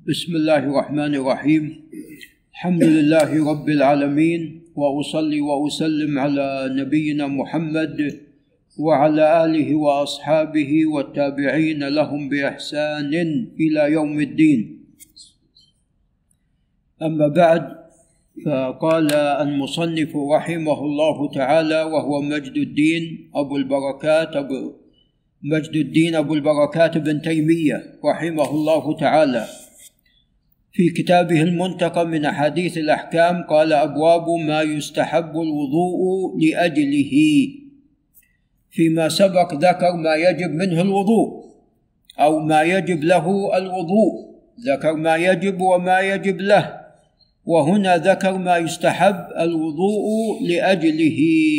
بسم الله الرحمن الرحيم. الحمد لله رب العالمين، وأصلي وأسلم على نبينا محمد وعلى آله وأصحابه والتابعين لهم بإحسان إلى يوم الدين. أما بعد، فقال المصنف رحمه الله تعالى وهو مجد الدين أبو البركات بن تيمية رحمه الله تعالى في كتابه المنتقى من أحاديث الأحكام، قال: أبواب ما يستحب الوضوء لأجله. فيما سبق ذكر ما يجب منه الوضوء أو ما يجب له الوضوء، ذكر ما يجب وما يجب له، وهنا ذكر ما يستحب الوضوء لأجله.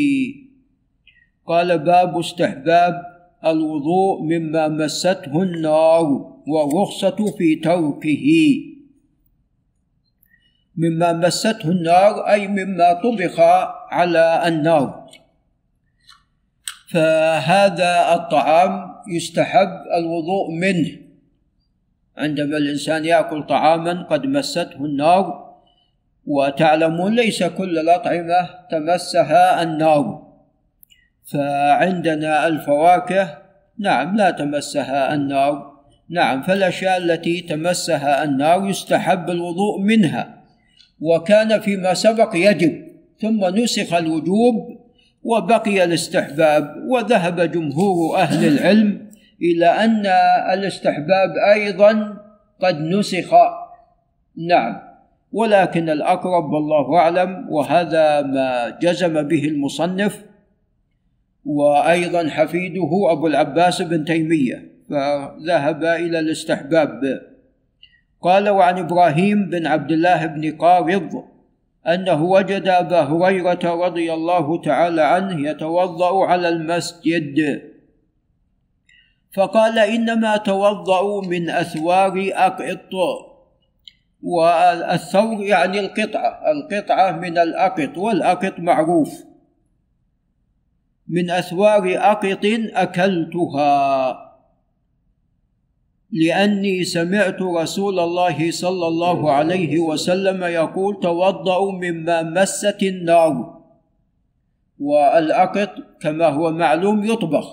قال: باب استحباب الوضوء مما مسته النار والرخصة في تركه. مما مسته النار أي مما طبخ على النار، فهذا الطعام يستحب الوضوء منه. عندما الإنسان يأكل طعاما قد مسته النار، وتعلمون ليس كل الأطعمة تمسها النار، فعندنا الفواكه نعم لا تمسها النار، نعم، فالأشياء التي تمسها النار يستحب الوضوء منها. وكان فيما سبق يجب، ثم نسخ الوجوب وبقي الاستحباب، وذهب جمهور أهل العلم إلى أن الاستحباب أيضا قد نسخ، نعم، ولكن الأقرب والله أعلم، وهذا ما جزم به المصنف وأيضا حفيده أبو العباس بن تيمية، فذهب إلى الاستحباب. قال: وعن إبراهيم بن عبد الله بن قارض أنه وجد أبا هريرة رضي الله تعالى عنه يتوضأ على المسجد، فقال: إنما توضأ من أثوار أقط. والثور يعني القطعة من الأقط، والأقط معروف. من أثوار أقط أكلتها، لأني سمعت رسول الله صلى الله عليه وسلم يقول: توضأوا مما مست النار. والأقط كما هو معلوم يطبخ،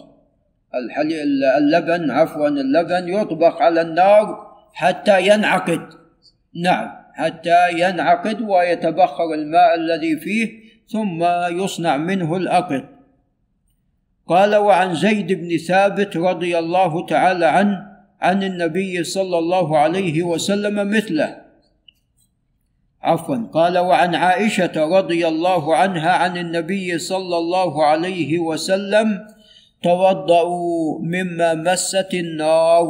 اللبن يطبخ على النار حتى ينعقد، نعم، حتى ينعقد ويتبخر الماء الذي فيه، ثم يصنع منه الأقط. قال: وعن زيد بن ثابت رضي الله تعالى عنه عن النبي صلى الله عليه وسلم مثله. قال: وعن عائشة رضي الله عنها عن النبي صلى الله عليه وسلم: توضأوا مما مست النار.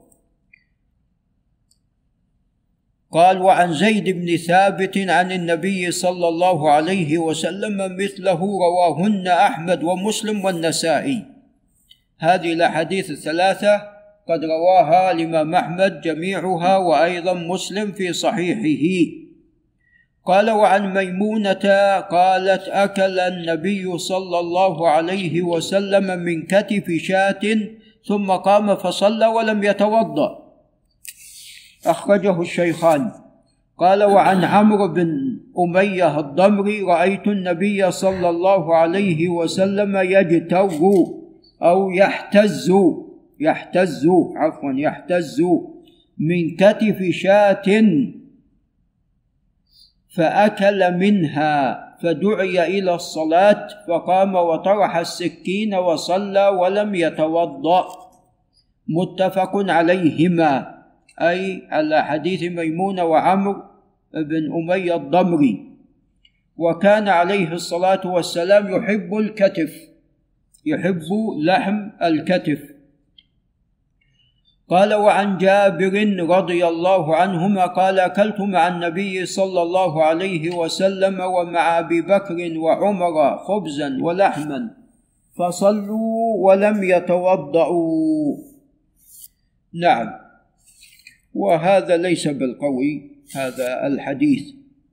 قال: وعن زيد بن ثابت عن النبي صلى الله عليه وسلم مثله، رواهن أحمد ومسلم والنسائي. هذه الأحاديث الثلاثة قد رواها الإمام أحمد جميعها، وأيضا مسلم في صحيحه. قال: وعن ميمونة قالت: أكل النبي صلى الله عليه وسلم من كتف شاة ثم قام فصلى ولم يتوضأ، أخرجه الشيخان. قال: وعن عمرو بن أمية الضمري: رأيت النبي صلى الله عليه وسلم يجتر أو يحتز من كتف شاة فأكل منها، فدعي إلى الصلاة فقام وطرح السكين وصلى ولم يتوضأ. متفق عليهما، أي على حديث ميمونة وعمرو بن أمية الضمري. وكان عليه الصلاة والسلام يحب لحم الكتف. قال: وعن جابر رضي الله عنهما قال: أكلت مع النبي صلى الله عليه وسلم ومع أبي بكر وعمر خبزا ولحما فصلوا ولم يتوضأوا. نعم، وهذا ليس بالقوي هذا الحديث،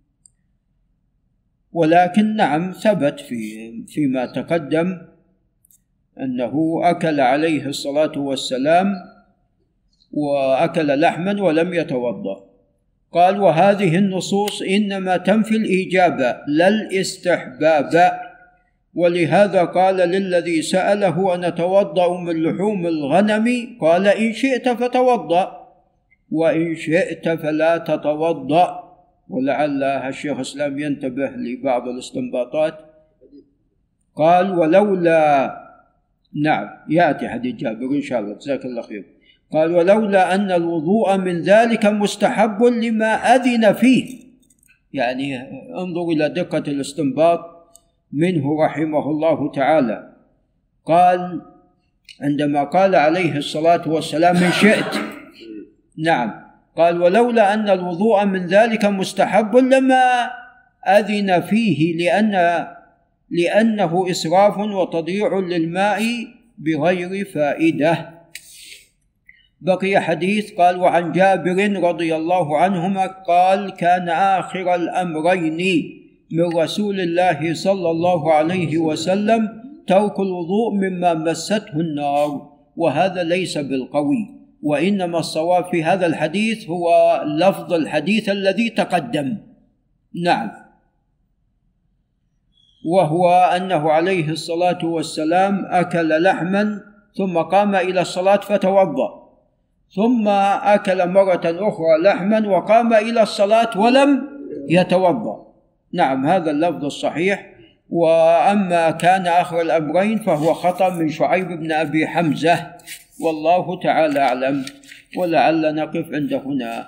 ولكن نعم ثبت فيما تقدم أنه أكل عليه الصلاة والسلام وأكل لحما ولم يتوضأ. قال: وهذه النصوص إنما تنفي الإيجاب لا الاستحباب، ولهذا قال للذي سأله: أنتوضأ من لحوم الغنم؟ قال: إن شئت فتوضأ، وإن شئت فلا تتوضأ. ولعل الشيخ الإسلام ينتبه لبعض الاستنباطات. قال: ولولا، نعم يأتي حديث جابر إن شاء الله، جزاك الله خير. قال: ولولا أن الوضوء من ذلك مستحب لما أذن فيه. يعني انظر إلى دقة الاستنباط منه رحمه الله تعالى. قال عندما قال عليه الصلاة والسلام: إن شئت، نعم، قال: ولولا أن الوضوء من ذلك مستحب لما أذن فيه، لأنه إسراف وتضييع للماء بغير فائدة. بقي حديث. قال: وعن جابر رضي الله عنهما قال: كان آخر الأمرين من رسول الله صلى الله عليه وسلم ترك الوضوء مما مسته النار، وهذا ليس بالقوي، وإنما الصواب في هذا الحديث هو لفظ الحديث الذي تقدم. نعم، وهو أنه عليه الصلاة والسلام أكل لحما ثم قام إلى الصلاة فتوضأ، ثم أكل مرة أخرى لحما وقام إلى الصلاة ولم يتوضأ. نعم، هذا اللفظ الصحيح. وأما كان آخر الأمرين فهو خطأ من شعيب بن أبي حمزة، والله تعالى أعلم. ولعل نقف عند هنا.